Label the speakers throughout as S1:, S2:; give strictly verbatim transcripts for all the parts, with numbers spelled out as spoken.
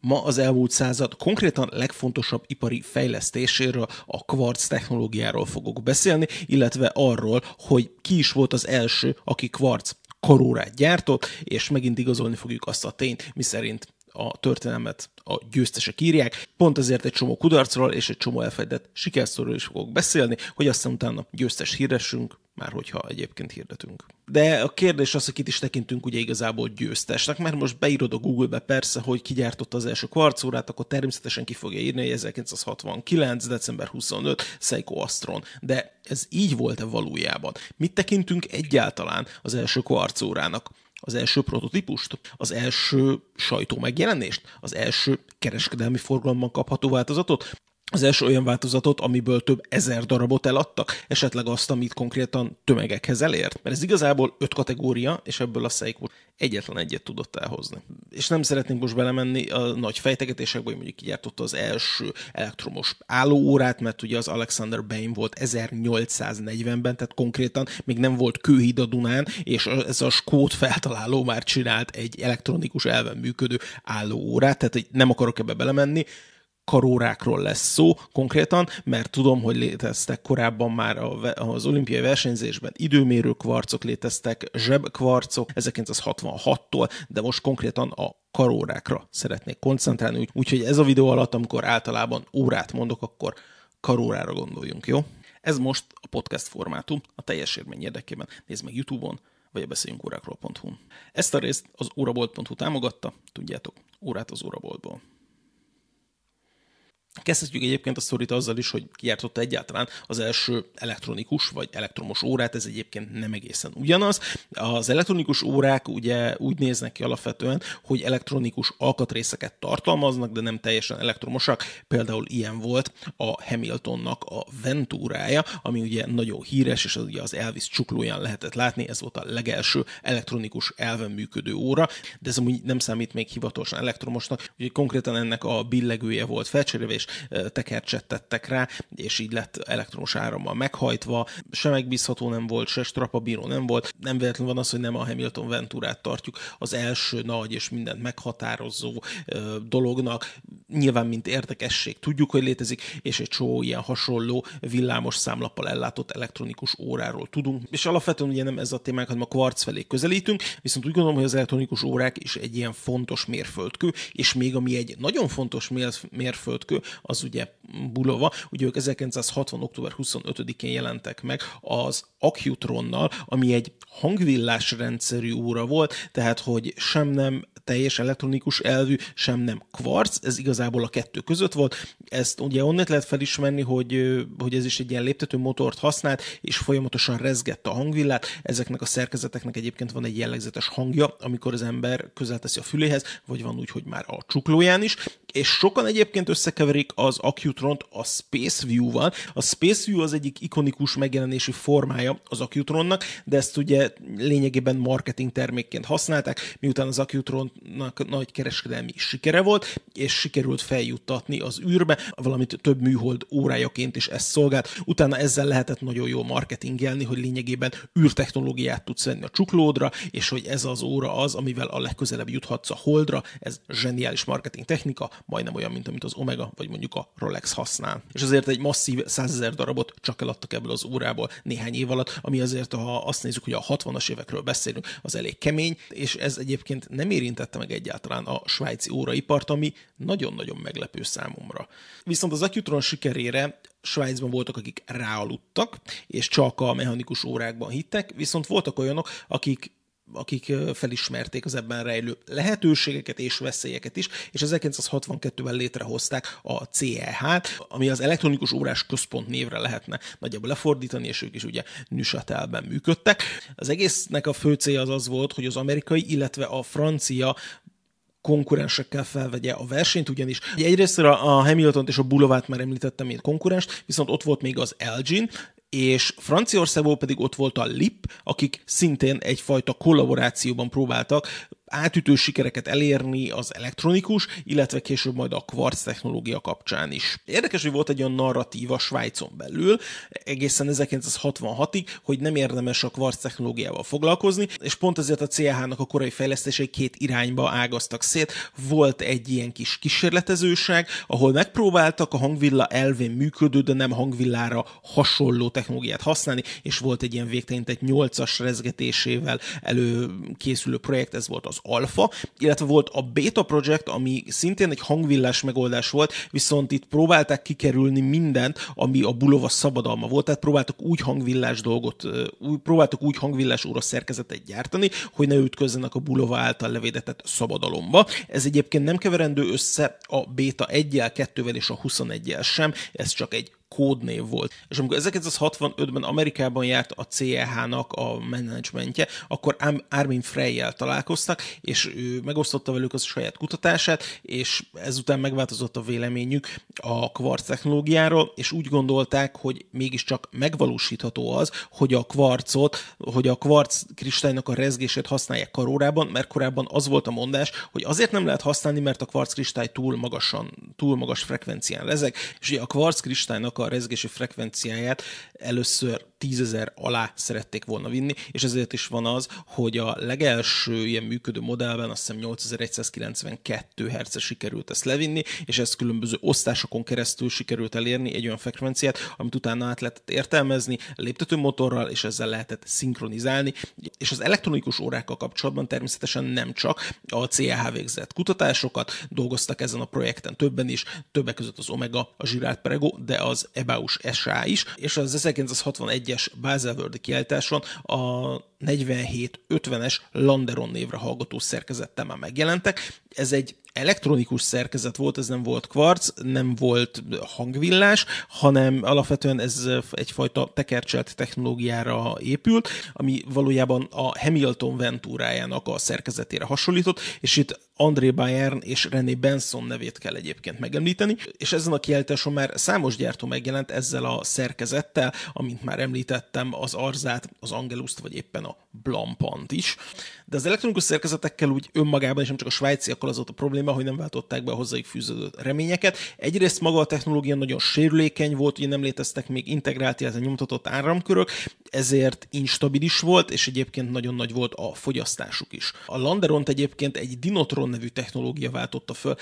S1: Ma az elmúlt század konkrétan legfontosabb ipari fejlesztéséről, a kvarc technológiáról fogok beszélni, illetve arról, hogy ki is volt az első, aki kvarc karórát gyártott, és megint igazolni fogjuk azt a tényt, miszerint a történelmet a győztesek írják. Pont ezért egy csomó kudarcról és egy csomó elfelejtett sikersztorról is fogok beszélni, hogy aztán utána győztes hirdessünk, már hogyha egyébként hirdetünk. De a kérdés az, hogy kit is tekintünk ugye igazából győztesnek, mert most beírod a Google-be persze, hogy ki gyártotta az első kvarcórát, akkor természetesen ki fogja írni, hogy ezerkilencszázhatvankilenc. december huszonötödike Seiko Astron. De ez így volt-e valójában? Mit tekintünk egyáltalán az első kvarcórának? Az első prototípust, az első sajtómegjelenést, az első kereskedelmi forgalomban kapható változatot, az első olyan változatot, amiből több ezer darabot eladtak, esetleg azt, amit konkrétan tömegekhez elért. Mert ez igazából öt kategória, és ebből a Seiko egyetlen egyet tudott elhozni. És nem szeretnénk most belemenni a nagy fejtegetésekbe, hogy mondjuk kigyártotta az első elektromos állóórát, mert ugye az Alexander Bain volt ezernyolcszáznegyvenben, tehát konkrétan még nem volt kőhíd a Dunán, és ez a skót feltaláló már csinált egy elektronikus elven működő állóórát, tehát nem akarok ebbe belemenni. Karórákról lesz szó konkrétan, mert tudom, hogy léteztek korábban már az olimpiai versenyzésben időmérő kvarcok, léteztek zsebkvarcok ezerkilencszázhatvanhattól, de most konkrétan a karórákra szeretnék koncentrálni, úgyhogy ez a videó alatt, amikor általában órát mondok, akkor karórára gondoljunk, jó? Ez most a podcast formátum, a teljes élmény érdekében. Nézd meg YouTube-on, vagy a beszéljünk órákról pont hu-n. Ezt a részt az órabolt pont hu támogatta, tudjátok, órát az óraboltból. Kezdhetjük egyébként a sztorit azzal is, hogy kigyártotta egyáltalán az első elektronikus vagy elektromos órát, ez egyébként nem egészen ugyanaz. Az elektronikus órák ugye úgy néznek ki alapvetően, hogy elektronikus alkatrészeket tartalmaznak, de nem teljesen elektromosak. Például ilyen volt a Hamiltonnak a Venturája, ami ugye nagyon híres, és az ugye az Elvis csuklóján lehetett látni, ez volt a legelső elektronikus elven működő óra, de ez amúgy nem számít még hivatalosan elektromosnak, ugye konkrétan ennek a billegője volt felcserélve, és tekercset tettek rá, és így lett elektromos árammal meghajtva. Se megbízható nem volt, se strapabíró nem volt. Nem véletlenül van az, hogy nem a Hamilton Venturát tartjuk az első nagy és mindent meghatározó ö, dolognak. Nyilván, mint érdekesség tudjuk, hogy létezik, és egy csomó ilyen hasonló villámos számlappal ellátott elektronikus óráról tudunk. És alapvetően ugye nem ez a témánk, hanem a kvarc felé közelítünk, viszont úgy gondolom, hogy az elektronikus órák is egy ilyen fontos mérföldkő, és még ami egy nagyon fontos mérföldkő, az ugye Bulova, ugye ők ezerkilencszázhatvan. október huszonötödikén jelentek meg az Accutronnal, ami egy hangvillás rendszerű óra volt, tehát hogy sem nem teljes elektronikus elvű, sem nem kvarc, ez igazából a kettő között volt. Ezt ugye onnan lehet felismerni, hogy, hogy ez is egy ilyen léptető motort használt, és folyamatosan rezgette a hangvillát. Ezeknek a szerkezeteknek egyébként van egy jellegzetes hangja, amikor az ember közel teszi a füléhez, vagy van úgy, hogy már a csuklóján is. És sokan egyébként összekeverik az Accutront a Space View-val. A Space View az egyik ikonikus megjelenési formája az Accutronnak, de ezt ugye lényegében marketing termékként használták, miután az Accutronnak nagy kereskedelmi sikere volt, és sikerült feljuttatni az űrbe, valamint több műhold órájaként is ezt szolgált. Utána ezzel lehetett nagyon jól marketingelni, hogy lényegében űrtechnológiát tudsz venni a csuklódra, és hogy ez az óra az, amivel a legközelebb juthatsz a Holdra. Ez zseniális marketing technika, majdnem olyan, mint amit az Omega, vagy mondjuk a Rolex használ. És azért egy masszív százezer darabot csak eladtak ebből az órából néhány év alatt, ami azért, ha azt nézzük, hogy a hatvanas évekről beszélünk, az elég kemény, és ez egyébként nem érintette meg egyáltalán a svájci óraipart, ami nagyon-nagyon meglepő számomra. Viszont az Accutron sikerére Svájcban voltak, akik ráaludtak, és csak a mechanikus órákban hittek, viszont voltak olyanok, akik akik felismerték az ebben rejlő lehetőségeket és veszélyeket is, és ezerkilencszázhatvankettőben létrehozták a cé e há-t, ami az elektronikus órás központ névre lehetne nagyjából lefordítani, és ők is ugye Neuchâtelben működtek. Az egésznek a fő célja az az volt, hogy az amerikai, illetve a francia konkurensekkel felvegye a versenyt, ugyanis egyrészt a Hamiltont és a Bulovát már említettem, mint konkurenst, viszont ott volt még az Elgin, és Franciaországból pedig ott volt a Lip, akik szintén egyfajta kollaborációban próbáltak átütő sikereket elérni az elektronikus, illetve később majd a kvarc technológia kapcsán is. Érdekes, hogy volt egy olyan narratíva Svájcon belül, egészen ezerkilencszázhatvanhatig, hogy nem érdemes a kvarc technológiával foglalkozni, és pont ezért a cé e há-nak a korai fejlesztései két irányba ágaztak szét. Volt egy ilyen kis kísérletezőség, ahol megpróbáltak a hangvilla elvén működő, de nem hangvillára hasonló technológiát használni, és volt egy ilyen végtelenített nyolcas rezgetésével előkészülő projekt, ez volt az Alpha, illetve volt a Beta Project, ami szintén egy hangvillás megoldás volt, viszont itt próbálták kikerülni mindent, ami a Bulova szabadalma volt, tehát próbáltak úgy hangvillás dolgot, úgy, próbáltak úgy hangvillás óra szerkezetet gyártani, hogy ne ütközzenek a Bulova által levédetett szabadalomba. Ez egyébként nem keverendő össze a Beta egyel, kettővel és a huszonegyel sem, ez csak egy kódnév volt. És amikor ezerkilencszázhatvanötben Amerikában járt a cé e há-nak a menedzsmentje, akkor Armin Frey-jel találkoztak, és ő megosztotta velük az saját kutatását, és ezután megváltozott a véleményük a kvarc technológiáról, és úgy gondolták, hogy mégiscsak megvalósítható az, hogy a kvarcot, hogy a kvarc kristálynak a rezgését használják karórában, mert korábban az volt a mondás, hogy azért nem lehet használni, mert a kvarc kristály túl magasan, túl magas frekvencián rezeg, és ugye a kvarc kristálynak a rezgési frekvenciáját először tízezer alá szerették volna vinni, és ezért is van az, hogy a legelső ilyen működő modellben azt hiszem nyolcezer-százkilencvenkettő hertzre sikerült ezt levinni, és ezt különböző osztásokon keresztül sikerült elérni egy olyan frekvenciát, amit utána át lehetett értelmezni léptető motorral, és ezzel lehetett szinkronizálni, és az elektronikus órákkal kapcsolatban természetesen nem csak a cé e há végzett kutatásokat, dolgoztak ezen a projekten többen is, többek között az Omega, a Girard Perregaux, de az Ebaus es á is, és az ezerkilencszázhatvanegyes Baselworldi kiállításon a negyvenhét ötvenes Landeron névre hallgató szerkezettel már megjelentek. Ez egy elektronikus szerkezet volt, ez nem volt kvarc, nem volt hangvillás, hanem alapvetően ez egyfajta tekercselt technológiára épült, ami valójában a Hamilton Venturájának a szerkezetére hasonlított, és itt André Bayern és René Benson nevét kell egyébként megemlíteni, és ezen a kiállításon már számos gyártó megjelent ezzel a szerkezettel, amint már említettem, az Arzát, az Angeluszt, vagy éppen a Blampant is. De az elektronikus szerkezetekkel úgy önmagában, és nem csak a svájciakkal az volt a probléma, hogy nem váltották be a hozzájuk fűződő reményeket. Egyrészt maga a technológia nagyon sérülékeny volt, ugye nem léteztek még integrált, illetve nyomtatott áramkörök, ezért instabilis volt, és egyébként nagyon nagy volt a fogyasztásuk is. A Landeront egyébként egy Dinotron nevű technológia váltotta föl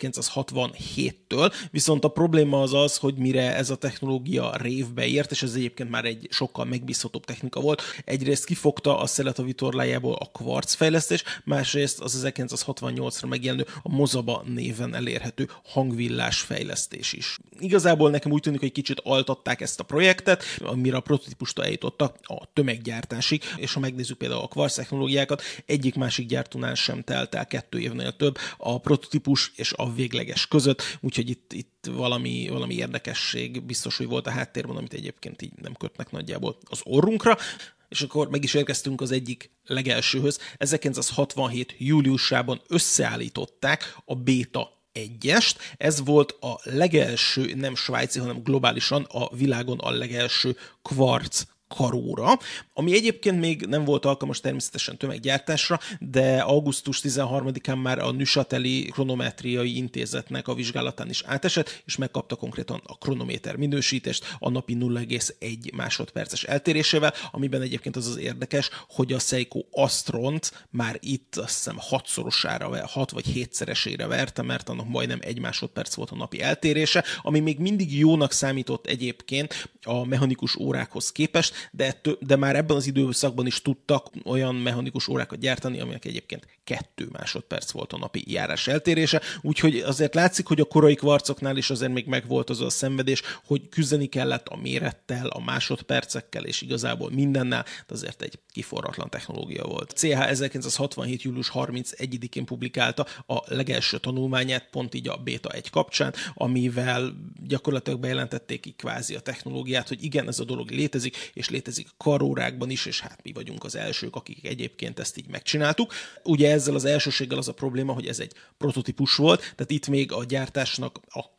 S1: ezerkilencszázhatvanhéttől, viszont a probléma az az, hogy mire ez a technológia révbe ért, és ez egyébként már egy sokkal megbízhatóbb technika volt. Egyrészt kifogta a szelet a vitorlájából a kvarc fejlesztés, másrészt az ezerkilencszázhatvannyolcra megjelenő a Mozaba néven elérhető hangvillás fejlesztés is. Igazából nekem úgy tűnik, hogy kicsit altatták ezt a projektet, amire a prototípustól eljutottak a tömeggyártásig, és ha megnézzük például a kvarc technológiákat, egyik másik gyártónál sem telt el kettő évnél több a prototípus és a végleges között, úgyhogy itt, itt valami, valami érdekesség biztos, hogy volt a háttérben, amit egyébként így nem kötnek nagyjából az orrunkra. És akkor meg is érkeztünk az egyik legelsőhöz. ezerkilencszázhatvanhét júliusában összeállították a Beta egyest. Ez volt a legelső, nem svájci, hanem globálisan a világon a legelső kvarc karóra, ami egyébként még nem volt alkalmas természetesen tömeggyártásra, de augusztus tizenharmadikán már a Neuchâteli Kronometriai Intézetnek a vizsgálatán is átesett, és megkapta konkrétan a kronométer minősítést a napi nulla egész egy másodperces eltérésével, amiben egyébként az az érdekes, hogy a Seiko Astront már itt azt hiszem hatszorosára, hat vagy hétszeresére verte, mert annak majdnem egy másodperc volt a napi eltérése, ami még mindig jónak számított egyébként a mechanikus órákhoz képest, de, ettől, de már ebben az időszakban is tudtak olyan mechanikus órákat gyártani, aminek egyébként kettő másodperc volt a napi járás eltérése, úgyhogy azért látszik, hogy a korai kvarcoknál is azért még megvolt az a szenvedés, hogy küzdeni kellett a mérettel, a másodpercekkel, és igazából mindennel, de azért egy kiforratlan technológia volt. cé há ezerkilencszázhatvanhét július harmincegyedikén publikálta a legelső tanulmányát, pont így a Beta egy kapcsán, amivel gyakorlatilag bejelentették így kvázi a technológiát, hogy igen, ez a dolog létezik, és létezik karórákban is, és hát mi vagyunk az elsők, akik egyébként ezt így megcsináltuk. Ugye ezzel az elsőséggel az a probléma, hogy ez egy prototípus volt, tehát itt még a gyártásnak a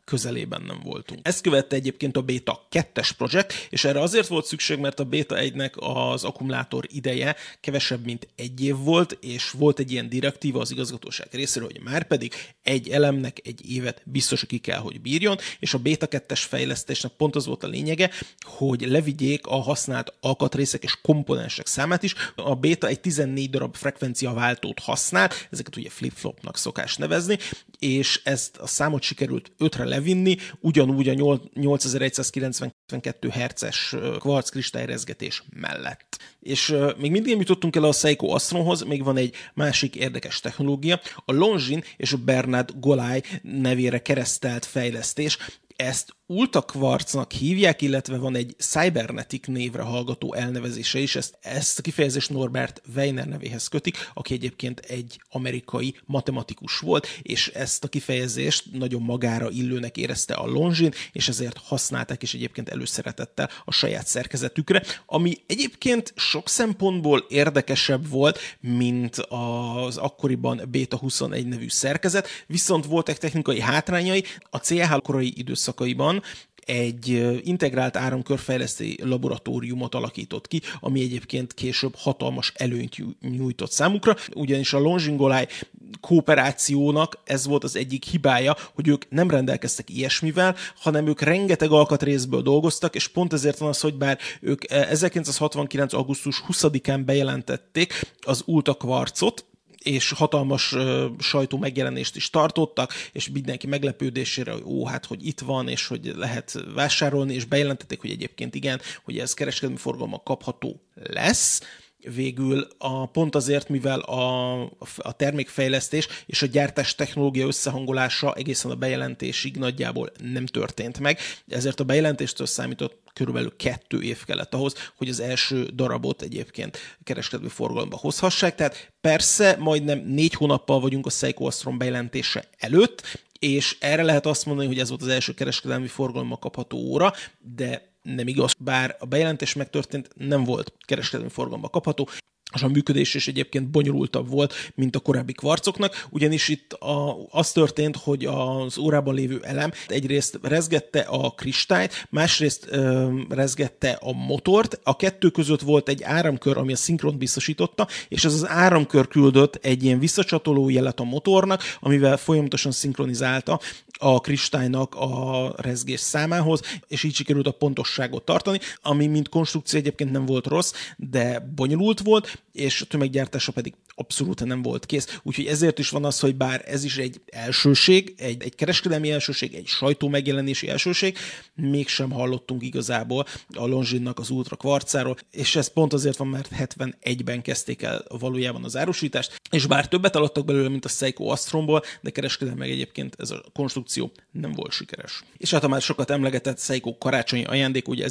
S1: közelében nem voltunk. Ezt követte egyébként a Beta kettes projekt, és erre azért volt szükség, mert a Beta egynek az akkumulátor ideje kevesebb, mint egy év volt, és volt egy ilyen direktíva az igazgatóság részéről, hogy már pedig egy elemnek egy évet biztos, hogy ki kell, hogy bírjon, és a Beta kettes fejlesztésnek pont az volt a lényege, hogy levigyék a használt alkatrészek és komponensek számát is. A Beta egy tizennégy darab frekvenciaváltót használ, ezeket ugye flip-flopnak szokás nevezni, és ezt a számot sikerült ötre levinni, ugyanúgy a nyolcezer-százkilencvenkettő hertzes kvarc kristályrezgetés mellett. És uh, még mindig nem jutottunk el a Seiko Astronhoz, még van egy másik érdekes technológia, a Longines és a Bernard Golay nevére keresztelt fejlesztés. Ezt ultakvarcnak hívják, illetve van egy Cybernetic névre hallgató elnevezése is, ezt, ezt a kifejezést Norbert Weiner nevéhez kötik, aki egyébként egy amerikai matematikus volt, és ezt a kifejezést nagyon magára illőnek érezte a Longines, és ezért használták is egyébként előszeretettel a saját szerkezetükre, ami egyébként sok szempontból érdekesebb volt, mint az akkoriban Beta huszonegy nevű szerkezet, viszont voltak technikai hátrányai, a cé e há korai időszakaiban egy integrált áramkörfejlesztő laboratóriumot alakított ki, ami egyébként később hatalmas előnyt nyújtott számukra, ugyanis a Longines-Golay kooperációnak ez volt az egyik hibája, hogy ők nem rendelkeztek ilyesmivel, hanem ők rengeteg alkatrészből dolgoztak, és pont ezért van az, hogy bár ők ezerkilencszázhatvankilenc augusztus huszadikán bejelentették az ultakvarcot, és hatalmas uh, sajtó megjelenést is tartottak, és mindenki meglepődésére, hogy ó, hát, hogy itt van, és hogy lehet vásárolni, és bejelentették, hogy egyébként igen, hogy ez kereskedelmi forgalommal kapható lesz. Végül a, pont azért, mivel a, a termékfejlesztés és a gyártás technológia összehangolása egészen a bejelentésig nagyjából nem történt meg, ezért a bejelentéstől számított körülbelül kettő év kellett ahhoz, hogy az első darabot egyébként kereskedelmi forgalomba hozhassák. Tehát persze majdnem négy hónappal vagyunk a Seiko Astron bejelentése előtt, és erre lehet azt mondani, hogy ez volt az első kereskedelmi forgalomba kapható óra, de nem igaz. Bár a bejelentés megtörtént, nem volt kereskedelmi forgalomba kapható, és a működés is egyébként bonyolultabb volt, mint a korábbi kvarcoknak, ugyanis itt a, az történt, hogy az órában lévő elem egyrészt rezgette a kristályt, másrészt ö, rezgette a motort, a kettő között volt egy áramkör, ami a szinkront biztosította, és ez az áramkör küldött egy ilyen visszacsatoló jelet a motornak, amivel folyamatosan szinkronizálta a kristálynak a rezgés számához, és így sikerült a pontosságot tartani, ami mint konstrukció egyébként nem volt rossz, de bonyolult volt, és a tömeggyártása pedig abszolút nem volt kész. Úgyhogy ezért is van az, hogy bár ez is egy elsőség, egy, egy kereskedelmi elsőség, egy sajtó megjelenési elsőség, mégsem hallottunk igazából a Longines-nak az Ultra kvarcáról, és ez pont azért van, mert hetvenegyben kezdték el valójában az árusítást, és bár többet alattak belőle, mint a Seiko Astronból, de kereskedelmi meg egyébként ez a konstrukció nem volt sikeres. És hát a már sokat emlegetett Seiko karácsonyi ajándék, ugye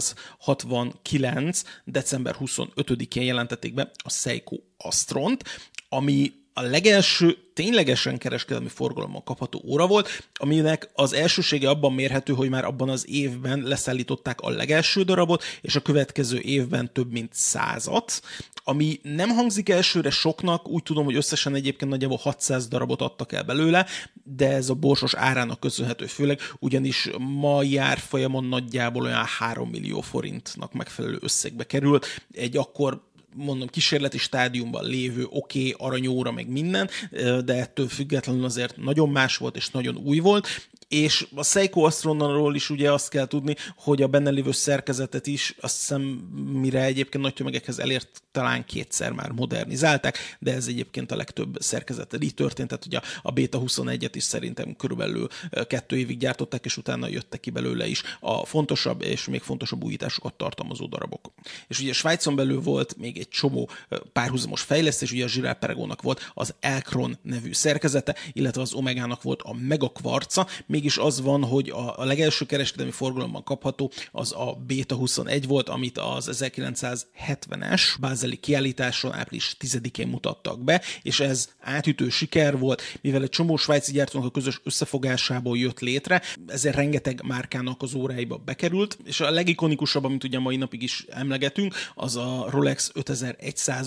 S1: ezerkilencszázhatvankilenc. december huszonötödikén jelentették be a Seiko Astront, ami a legelső ténylegesen kereskedelmi forgalommal kapható óra volt, aminek az elsősége abban mérhető, hogy már abban az évben leszállították a legelső darabot, és a következő évben több mint százat, ami nem hangzik elsőre soknak, úgy tudom, hogy összesen egyébként nagyjából hatszáz darabot adtak el belőle, de ez a borsos árának köszönhető főleg, ugyanis mai árfolyamon nagyjából olyan három millió forintnak megfelelő összegbe került, egy akkor mondom, kísérleti stádiumban lévő oké, okay, aranyóra, meg minden, de ettől függetlenül azért nagyon más volt, és nagyon új volt, és a Seiko Astronról is ugye azt kell tudni, hogy a benne lévő szerkezetet is, azt hiszem, mire egyébként nagy tömegekhez elért, talán kétszer már modernizálták, de ez egyébként a legtöbb szerkezettel így történt, tehát ugye a Beta huszonegyet is szerintem körülbelül kettő évig gyártották, és utána jöttek ki belőle is a fontosabb és még fontosabb újításokat tartalmazó darabok. És ugye Svájcon belül volt még egy csomó párhuzamos fejlesztés, ugye a Girard-Perregaunak volt az Elkron nevű szerkezete, illetve az Omegának volt a Megakvarca, mégis az van, hogy a, a legelső kereskedelmi forgalomban kapható az a Beta huszonegy volt, amit az ezerkilencszázhetvenes bázeli kiállításon április tizedikén mutattak be, és ez átütő siker volt, mivel egy csomó svájci gyártónak a közös összefogásából jött létre, ezért rengeteg márkának az óráiba bekerült, és a legikonikusabb, amit ugye mai napig is emlegetünk, az a Rolex ötezer-százas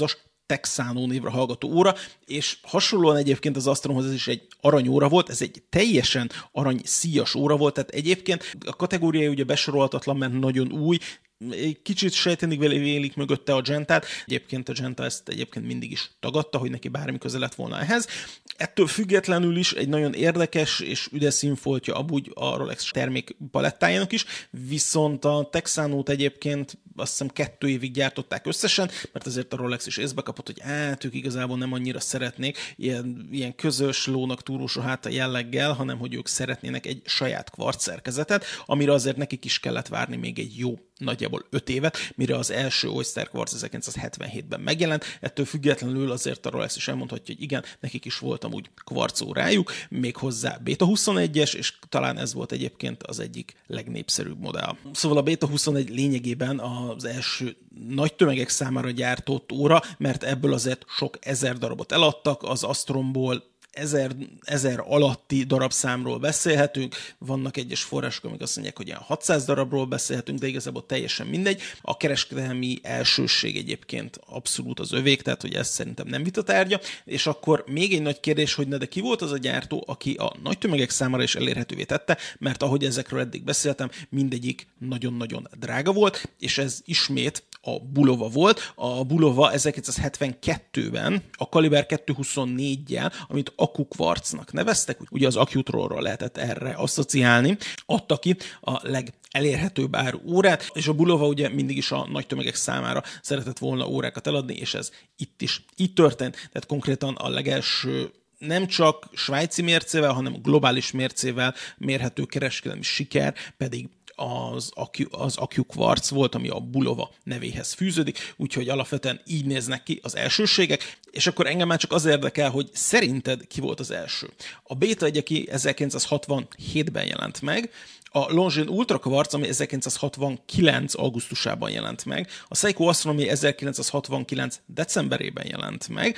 S1: Texano névre hallgató óra, és hasonlóan egyébként az Astromhoz ez is egy aranyóra volt, ez egy teljesen arany szíjas óra volt, tehát egyébként a kategóriája ugye besorolhatatlan, mert nagyon új, kicsit sejteni vélik mögötte a Gentát. Egyébként a Genta ezt egyébként mindig is tagadta, hogy neki bármi köze lett volna ehhez. Ettől függetlenül is egy nagyon érdekes és üdes színfoltja amúgy a Rolex termék palettájának is, viszont a Texanót egyébként azt hiszem kettő évig gyártották összesen, mert azért a Rolex is észbe kapott, hogy át, ők igazából nem annyira szeretnék ilyen, ilyen közös lónak túrósó háta jelleggel, hanem hogy ők szeretnének egy saját kvarc szerkezetet, amire azért nekik is kellett várni még egy jó nagyjából öt évet, mire az első Oyster Quartz ezerkilencszázhetvenhétben megjelent. Ettől függetlenül azért a Rolex is elmondhatja, hogy igen, nekik is volt amúgy kvarc órájuk, méghozzá Beta huszonegyes, és talán ez volt egyébként az egyik legnépszerűbb modell. Szóval a Beta huszonegy lényegében az első nagy tömegek számára gyártott óra, mert ebből azért sok ezer darabot eladtak, az Astromból Ezer, ezer alatti darabszámról beszélhetünk, vannak egyes források, amik azt mondják, hogy ilyen hatszáz darabról beszélhetünk, de igazából teljesen mindegy. A kereskedelmi elsőség egyébként abszolút az övék, tehát hogy ez szerintem nem vitatárgya. És akkor még egy nagy kérdés, hogy na de ki volt az a gyártó, aki a nagy tömegek számára is elérhetővé tette, mert ahogy ezekről eddig beszéltem, mindegyik nagyon-nagyon drága volt, és ez ismét a Bulova volt. A Bulova ezerkilencszázhetvenkettőben a Kaliber kétszázhuszonnégyel, amit akukvarcnak neveztek, ugye az Accutrolról lehetett erre asszociálni, adta ki a legelérhetőbb áru órát, és a Bulova ugye mindig is a nagy tömegek számára szeretett volna órákat eladni, és ez itt is így történt, tehát konkrétan a legelső nem csak svájci mércével, hanem globális mércével mérhető kereskedelmi siker pedig az, az Accu-Quartz volt, ami a Bulova nevéhez fűződik, úgyhogy alapvetően így néznek ki az elsőségek, és akkor engem már csak az érdekel, hogy szerinted ki volt az első. A Beta egy, aki ezerkilencszázhatvanhétben jelent meg, a Longines Ultra Quartz, ami ezerkilencszázhatvankilenc augusztusában jelent meg, a Seiko Astronomy ezerkilencszázhatvankilenc decemberében jelent meg,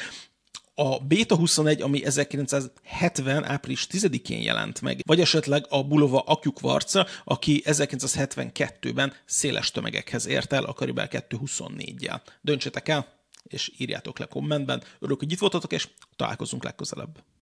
S1: a Beta huszonegy, ami ezerkilencszázhetven április tizedikén jelent meg, vagy esetleg a Bulova Accu-Quartz, aki ezerkilencszázhetvenkettőben széles tömegekhez ért el a Kaliber kétszázhuszonnégyel. Döntsétek el, és írjátok le kommentben. Örülök, hogy itt voltatok, és találkozunk legközelebb.